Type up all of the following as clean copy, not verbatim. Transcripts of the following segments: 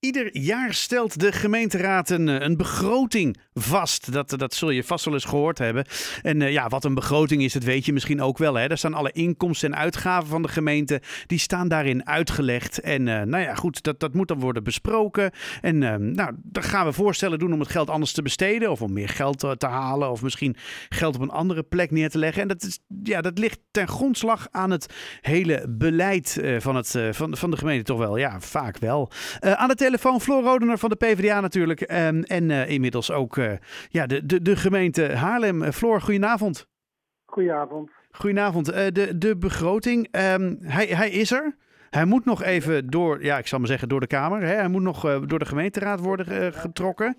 Ieder jaar stelt de gemeenteraad een begroting vast. Dat zul je vast wel eens gehoord hebben. En wat een begroting is, dat weet je misschien ook wel. Hè? Daar staan alle inkomsten en uitgaven van de gemeente. Die staan daarin uitgelegd. En goed, dat moet dan worden besproken. En dan gaan we voorstellen doen om het geld anders te besteden. Of om meer geld te halen. Of misschien geld op een andere plek neer te leggen. En dat ligt ten grondslag aan het hele beleid van de gemeente toch wel. Ja, vaak wel. Aan de telefoon Floor Rodener van de PvdA natuurlijk. En inmiddels ook de gemeente Haarlem. Floor, goedenavond. Goedenavond. Goedenavond. De begroting, hij is er. Hij moet nog even door de Kamer. Hè? Hij moet nog door de gemeenteraad worden getrokken.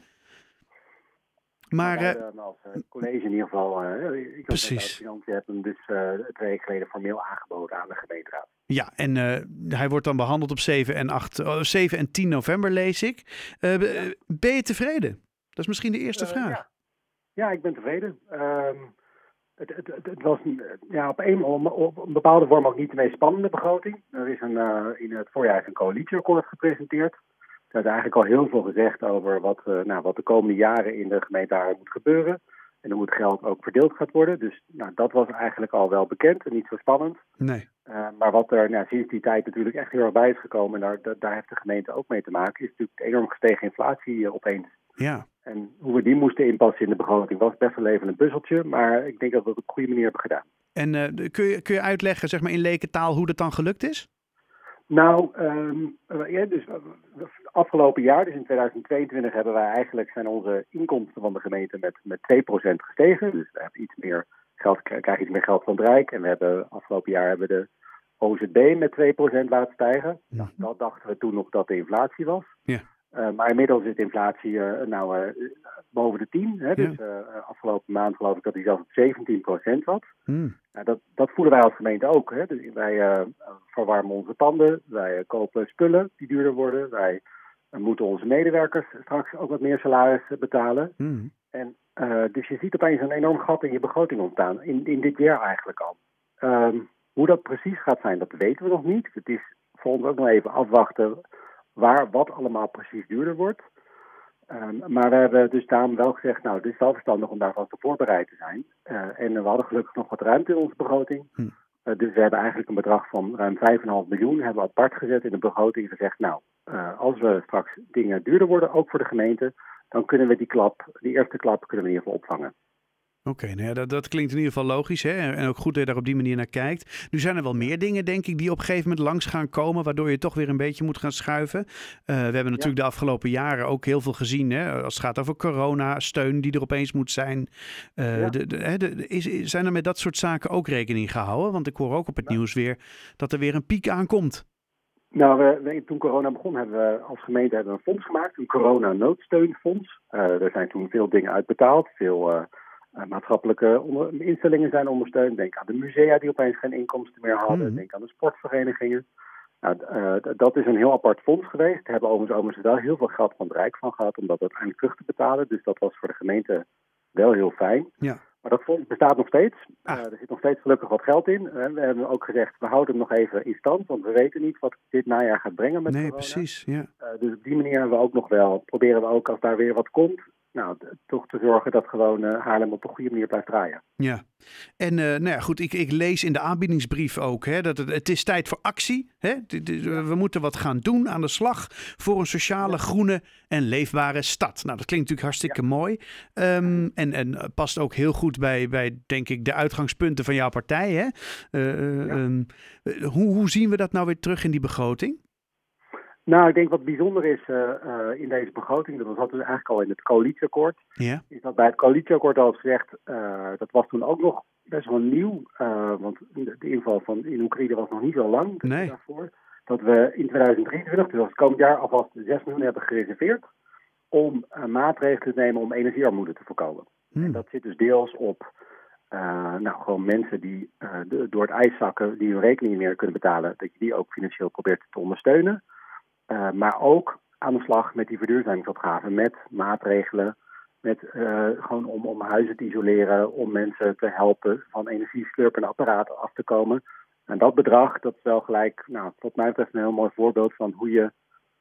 Maar als college in ieder geval. Ik precies. Financiën heb hem dus 2 weken geleden formeel aangeboden aan de gemeenteraad. Ja, en hij wordt dan behandeld op 7 en 10 november, lees ik. Ben je tevreden? Dat is misschien de eerste vraag. Ja, ik ben tevreden. Het was op een bepaalde vorm ook niet de meest spannende begroting. Er is in het voorjaar een coalitieakkoord gepresenteerd. Er werd eigenlijk al heel veel gezegd over wat de komende jaren in de gemeente Haarlem moet gebeuren. En hoe het geld ook verdeeld gaat worden. Dus dat was eigenlijk al wel bekend en niet zo spannend. Nee. Maar wat er sinds die tijd natuurlijk echt heel erg bij is gekomen, en daar heeft de gemeente ook mee te maken, is natuurlijk de enorm gestegen inflatie opeens. Ja. En hoe we die moesten inpassen in de begroting was best wel even een puzzeltje, maar ik denk dat we het op een goede manier hebben gedaan. En kun je uitleggen, zeg maar in lekentaal, hoe dat dan gelukt is? Dus afgelopen jaar, dus in 2022, zijn onze inkomsten van de gemeente met 2% gestegen. Dus we hebben krijgen iets meer geld van het Rijk. En we hebben afgelopen jaar de OZB met 2% laten stijgen. Nou, dat dachten we toen nog dat de inflatie was. Ja. Maar inmiddels is de inflatie boven de 10. Hè? Dus afgelopen maand geloof ik dat hij zelfs op 17% zat. Dat voelen wij als gemeente ook. Hè? Dus wij verwarmen onze panden. Wij kopen spullen die duurder worden. Wij moeten onze medewerkers straks ook wat meer salaris betalen. En dus je ziet opeens een enorm gat in je begroting ontstaan. In dit jaar eigenlijk al. Hoe dat precies gaat zijn, dat weten we nog niet. Het is voor ons ook nog even afwachten wat allemaal precies duurder wordt. Maar we hebben dus daarom wel gezegd, het is wel verstandig om daar vast op voorbereid te zijn. En we hadden gelukkig nog wat ruimte in onze begroting. Dus we hebben eigenlijk een bedrag van ruim 5,5 miljoen hebben we apart gezet in de begroting. Gezegd, als we straks dingen duurder worden, ook voor de gemeente, dan kunnen we die eerste klap kunnen we in ieder geval opvangen. Oké, dat klinkt in ieder geval logisch. Hè? En ook goed dat je daar op die manier naar kijkt. Nu zijn er wel meer dingen, denk ik, die op een gegeven moment langs gaan komen, waardoor je toch weer een beetje moet gaan schuiven. We hebben natuurlijk de afgelopen jaren ook heel veel gezien, hè? Als het gaat over corona, steun die er opeens moet zijn. Zijn er met dat soort zaken ook rekening gehouden? Want ik hoor ook op het nieuws weer dat er weer een piek aankomt. Toen corona begon hebben we als gemeente een fonds gemaakt, een corona-noodsteunfonds. Er zijn toen veel dingen uitbetaald, veel maatschappelijke instellingen zijn ondersteund. Denk aan de musea die opeens geen inkomsten meer hadden. Denk aan de sportverenigingen. Dat is een heel apart fonds geweest. Daar hebben overigens wel heel veel geld van het Rijk van gehad om dat uiteindelijk terug te betalen. Dus dat was voor de gemeente wel heel fijn. Ja. Maar dat fonds bestaat nog steeds. Er zit nog steeds gelukkig wat geld in. We hebben ook gezegd, we houden het nog even in stand. Want we weten niet wat dit najaar gaat brengen met corona. Precies. Ja. Dus op die manier hebben we ook nog wel, proberen we ook als daar weer wat komt, toch te zorgen dat gewoon Haarlem op een goede manier blijft draaien. Ja, en goed, ik lees in de aanbiedingsbrief ook dat het is tijd voor actie. Hè? We moeten wat gaan doen aan de slag voor een sociale, groene en leefbare stad. Nou, dat klinkt natuurlijk hartstikke mooi. En past ook heel goed bij, denk ik, de uitgangspunten van jouw partij. Hè? Hoe zien we dat nou weer terug in die begroting? Ik denk wat bijzonder is in deze begroting, dat zat dus eigenlijk al in het coalitieakkoord, is dat bij het coalitieakkoord al gezegd, dat was toen ook nog best wel nieuw, want de inval in Oekraïne was nog niet zo lang daarvoor, dat we in 2023, dus als het komend jaar, alvast 6 miljoen hebben gereserveerd om maatregelen te nemen om energiearmoede te voorkomen. En dat zit dus deels op gewoon mensen die door het ijs zakken, die hun rekening niet meer kunnen betalen, dat je die ook financieel probeert te ondersteunen. Maar ook aan de slag met die verduurzamingsopgaven, met maatregelen, gewoon om huizen te isoleren, om mensen te helpen van energieslurpende apparaten af te komen. En dat bedrag, dat is wel gelijk, wat mij betreft een heel mooi voorbeeld van hoe je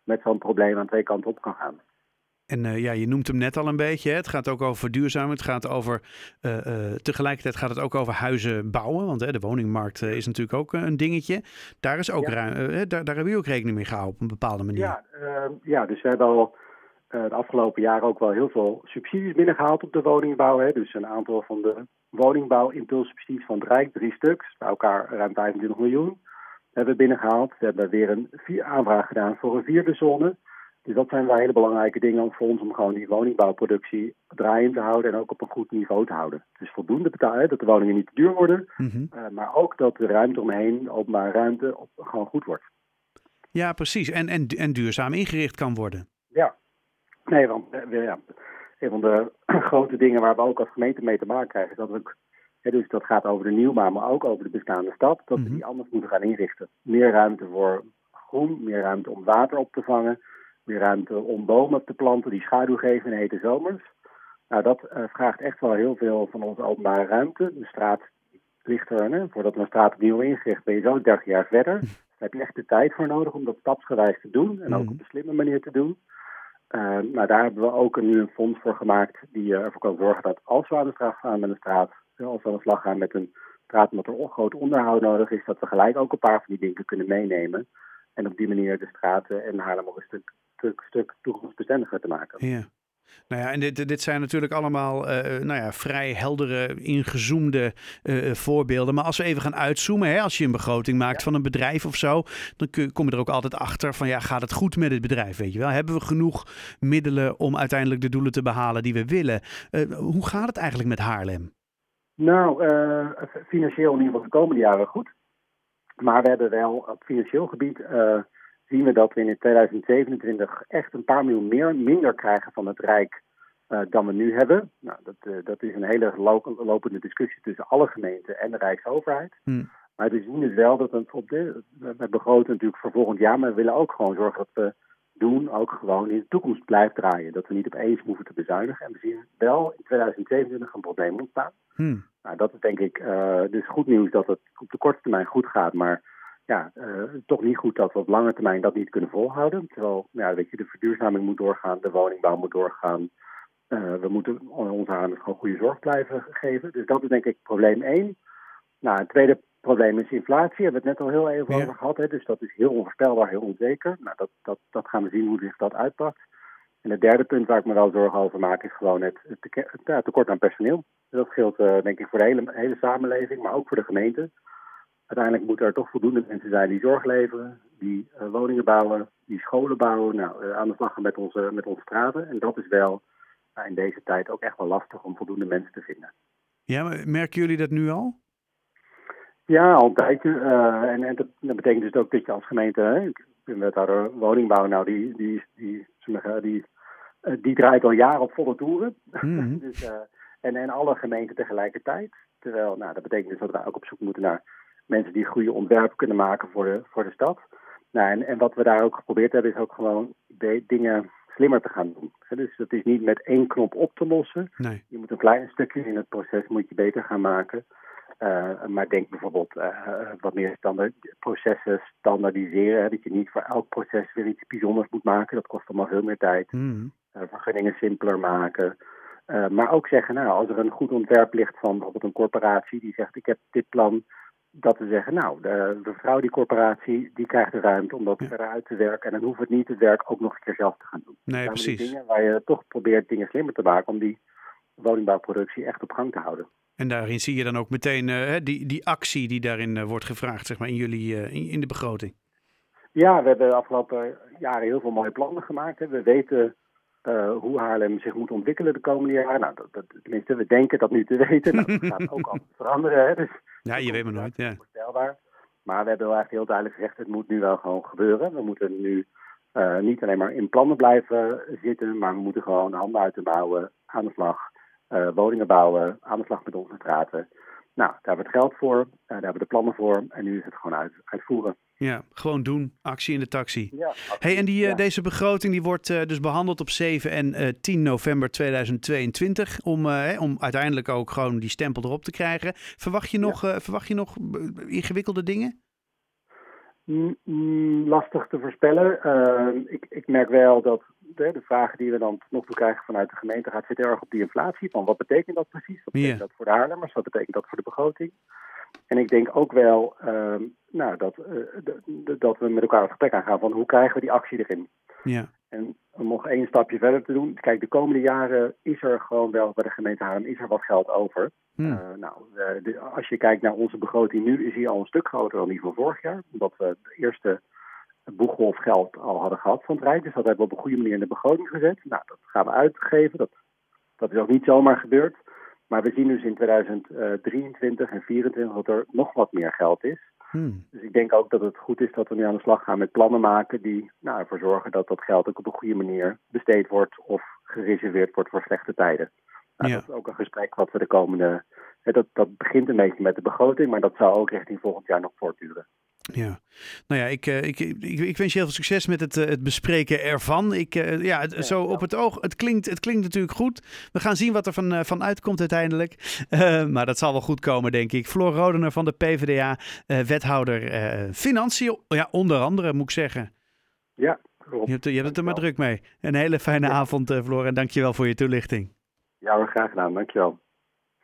met zo'n probleem aan twee kanten op kan gaan. En je noemt hem net al een beetje. Hè? Het gaat ook over verduurzamen. Het gaat over tegelijkertijd gaat het ook over huizen bouwen. Want de woningmarkt is natuurlijk ook een dingetje. Daar is ook daar hebben jullie ook rekening mee gehouden op een bepaalde manier. Dus we hebben al de afgelopen jaren ook wel heel veel subsidies binnengehaald op de woningbouw. Hè. Dus een aantal van de woningbouw-impulssubsidies van het Rijk, 3 stuks, bij elkaar ruim 25 miljoen, hebben we binnengehaald. We hebben weer een aanvraag gedaan voor een 4e zone. Dus dat zijn wel hele belangrijke dingen voor ons om gewoon die woningbouwproductie draaiend te houden en ook op een goed niveau te houden. Dus voldoende betalen, dat de woningen niet te duur worden, maar ook dat de ruimte omheen, de openbare ruimte, gewoon goed wordt. Ja, precies. En duurzaam ingericht kan worden. Ja. Nee, want een van de grote dingen waar we ook als gemeente mee te maken krijgen, is dat we, dus dat gaat over de nieuwbouw, maar ook over de bestaande stad, dat we die anders moeten gaan inrichten. Meer ruimte voor groen, meer ruimte om water op te vangen, meer ruimte om bomen te planten die schaduw geven in de hete zomers. Nou, dat vraagt echt wel heel veel van onze openbare ruimte. De straat ligt er, voordat we een straat opnieuw ingericht, ben je zo 30 jaar verder. Daar heb je echt de tijd voor nodig om dat stapsgewijs te doen en ook op een slimme manier te doen. Daar hebben we ook nu een fonds voor gemaakt die ervoor kan zorgen dat als we aan de slag gaan met een straat, als we aan de slag gaan met een straat omdat er groot onderhoud nodig is, dat we gelijk ook een paar van die dingen kunnen meenemen. En op die manier de straten en Haarlem ook een stuk toekomstbestendiger te maken. Ja. Nou ja, en dit zijn natuurlijk allemaal vrij heldere, ingezoomde voorbeelden. Maar als we even gaan uitzoomen, hè, als je een begroting maakt van een bedrijf of zo, dan kom je er ook altijd achter van gaat het goed met het bedrijf, weet je wel? Hebben we genoeg middelen om uiteindelijk de doelen te behalen die we willen? Hoe gaat het eigenlijk met Haarlem? Nou, financieel in ieder geval de komende jaren goed. Maar we hebben wel op financieel gebied zien we dat we in 2027 echt een paar miljoen minder krijgen van het Rijk dan we nu hebben. Nou, dat is een hele lopende discussie tussen alle gemeenten en de Rijksoverheid. Maar we zien dus wel dat we begroten natuurlijk voor volgend jaar, maar we willen ook gewoon zorgen dat we ook gewoon in de toekomst blijft draaien. Dat we niet opeens hoeven te bezuinigen. En we zien wel in 2027 een probleem ontstaan. Nou, dat is denk ik dus goed nieuws dat het op de korte termijn goed gaat, maar toch niet goed dat we op lange termijn dat niet kunnen volhouden. Terwijl, de verduurzaming moet doorgaan, de woningbouw moet doorgaan. We moeten onze Haarlemmers gewoon goede zorg blijven geven. Dus dat is denk ik probleem 1. Nou, het tweede probleem is inflatie. Daar hebben we het net al heel even over gehad. Hè? Dus dat is heel onvoorspelbaar, heel onzeker. Nou, dat gaan we zien hoe zich dat uitpakt. En het derde punt waar ik me wel zorgen over maak is gewoon het tekort aan personeel. Dat geldt denk ik voor de hele samenleving, maar ook voor de gemeente. Uiteindelijk moeten er toch voldoende mensen zijn die zorg leveren, die woningen bouwen, die scholen bouwen, aan de slag gaan met onze straten. En dat is wel in deze tijd ook echt wel lastig om voldoende mensen te vinden. Ja, maar merken jullie dat nu al? Ja, al een tijdje. En dat betekent dus ook dat je als gemeente, ik ben wethouder woningbouw, die draait al jaren op volle toeren. Dus, en alle gemeenten tegelijkertijd. Terwijl, dat betekent dus dat we ook op zoek moeten naar mensen die goede ontwerpen kunnen maken voor de stad. Nou, en wat we daar ook geprobeerd hebben, is ook gewoon dingen slimmer te gaan doen. Dus dat is niet met 1 knop op te lossen. Nee. Je moet een klein stukje in het proces moet je beter gaan maken. Maar denk bijvoorbeeld wat meer processen standaardiseren. Dat je niet voor elk proces weer iets bijzonders moet maken. Dat kost allemaal veel meer tijd. Vergunningen simpeler maken. Maar ook zeggen, als er een goed ontwerp ligt van bijvoorbeeld een corporatie die zegt, ik heb dit plan, dat we zeggen, de vrouw die corporatie, die krijgt de ruimte om dat verder uit te werken. En dan hoeven we het niet het werk ook nog een keer zelf te gaan doen. Nee, dat precies. Die dingen waar je toch probeert dingen slimmer te maken om die woningbouwproductie echt op gang te houden. En daarin zie je dan ook meteen die actie die daarin wordt gevraagd, zeg maar, in jullie in de begroting. Ja, we hebben de afgelopen jaren heel veel mooie plannen gemaakt. Hè. We weten hoe Haarlem zich moet ontwikkelen de komende jaren. Tenminste, we denken dat nu te weten. Dat gaat ook altijd veranderen. Hè. Dus je weet maar nooit. Ja. Voorstelbaar. Maar we hebben wel echt heel duidelijk gezegd, het moet nu wel gewoon gebeuren. We moeten nu niet alleen maar in plannen blijven zitten, maar we moeten gewoon handen uit de mouwen aan de slag. Woningen bouwen, aan de slag met onze straten. Nou, daar hebben we het geld voor, daar hebben we de plannen voor en nu is het gewoon uitvoeren. Ja, gewoon doen. Actie in de taxi. Ja, en deze begroting die wordt dus behandeld op 7 en 10 november 2022 om uiteindelijk ook gewoon die stempel erop te krijgen. Verwacht je nog ingewikkelde dingen? Lastig te voorspellen. Ik merk wel dat de vragen die we dan nog toe krijgen vanuit de gemeente gaat zitten erg op die inflatie. Van wat betekent dat precies? Wat betekent dat voor de Haarlemmers? Wat betekent dat voor de begroting? En ik denk ook wel dat we met elkaar het gesprek aangaan van hoe krijgen we die actie erin? Ja. En om nog 1 stapje verder te doen. Kijk, de komende jaren is er gewoon wel bij de gemeente Haarlem is er wat geld over. Als je kijkt naar onze begroting nu, is die al een stuk groter dan die van vorig jaar. Omdat we de eerste boeggolf geld al hadden gehad van het Rijk. Dus dat hebben we op een goede manier in de begroting gezet. Nou, dat gaan we uitgeven. Dat is ook niet zomaar gebeurd. Maar we zien dus in 2023 en 2024 dat er nog wat meer geld is. Dus ik denk ook dat het goed is dat we nu aan de slag gaan met plannen maken die ervoor zorgen dat dat geld ook op een goede manier besteed wordt of gereserveerd wordt voor slechte tijden. Dat is ook een gesprek wat we de komende... Dat begint een beetje met de begroting, maar dat zou ook richting volgend jaar nog voortduren. Ja, nou ja, ik wens je heel veel succes met het bespreken ervan. Zo op het oog, het klinkt natuurlijk goed. We gaan zien wat er van uitkomt uiteindelijk. Maar dat zal wel goed komen, denk ik. Floor Rodener van de PvdA, wethouder Financiën, onder andere moet ik zeggen. Ja, klopt. Je hebt het er maar druk mee. Een hele fijne avond, Floor, en dankjewel voor je toelichting. Ja, graag gedaan. Dankjewel.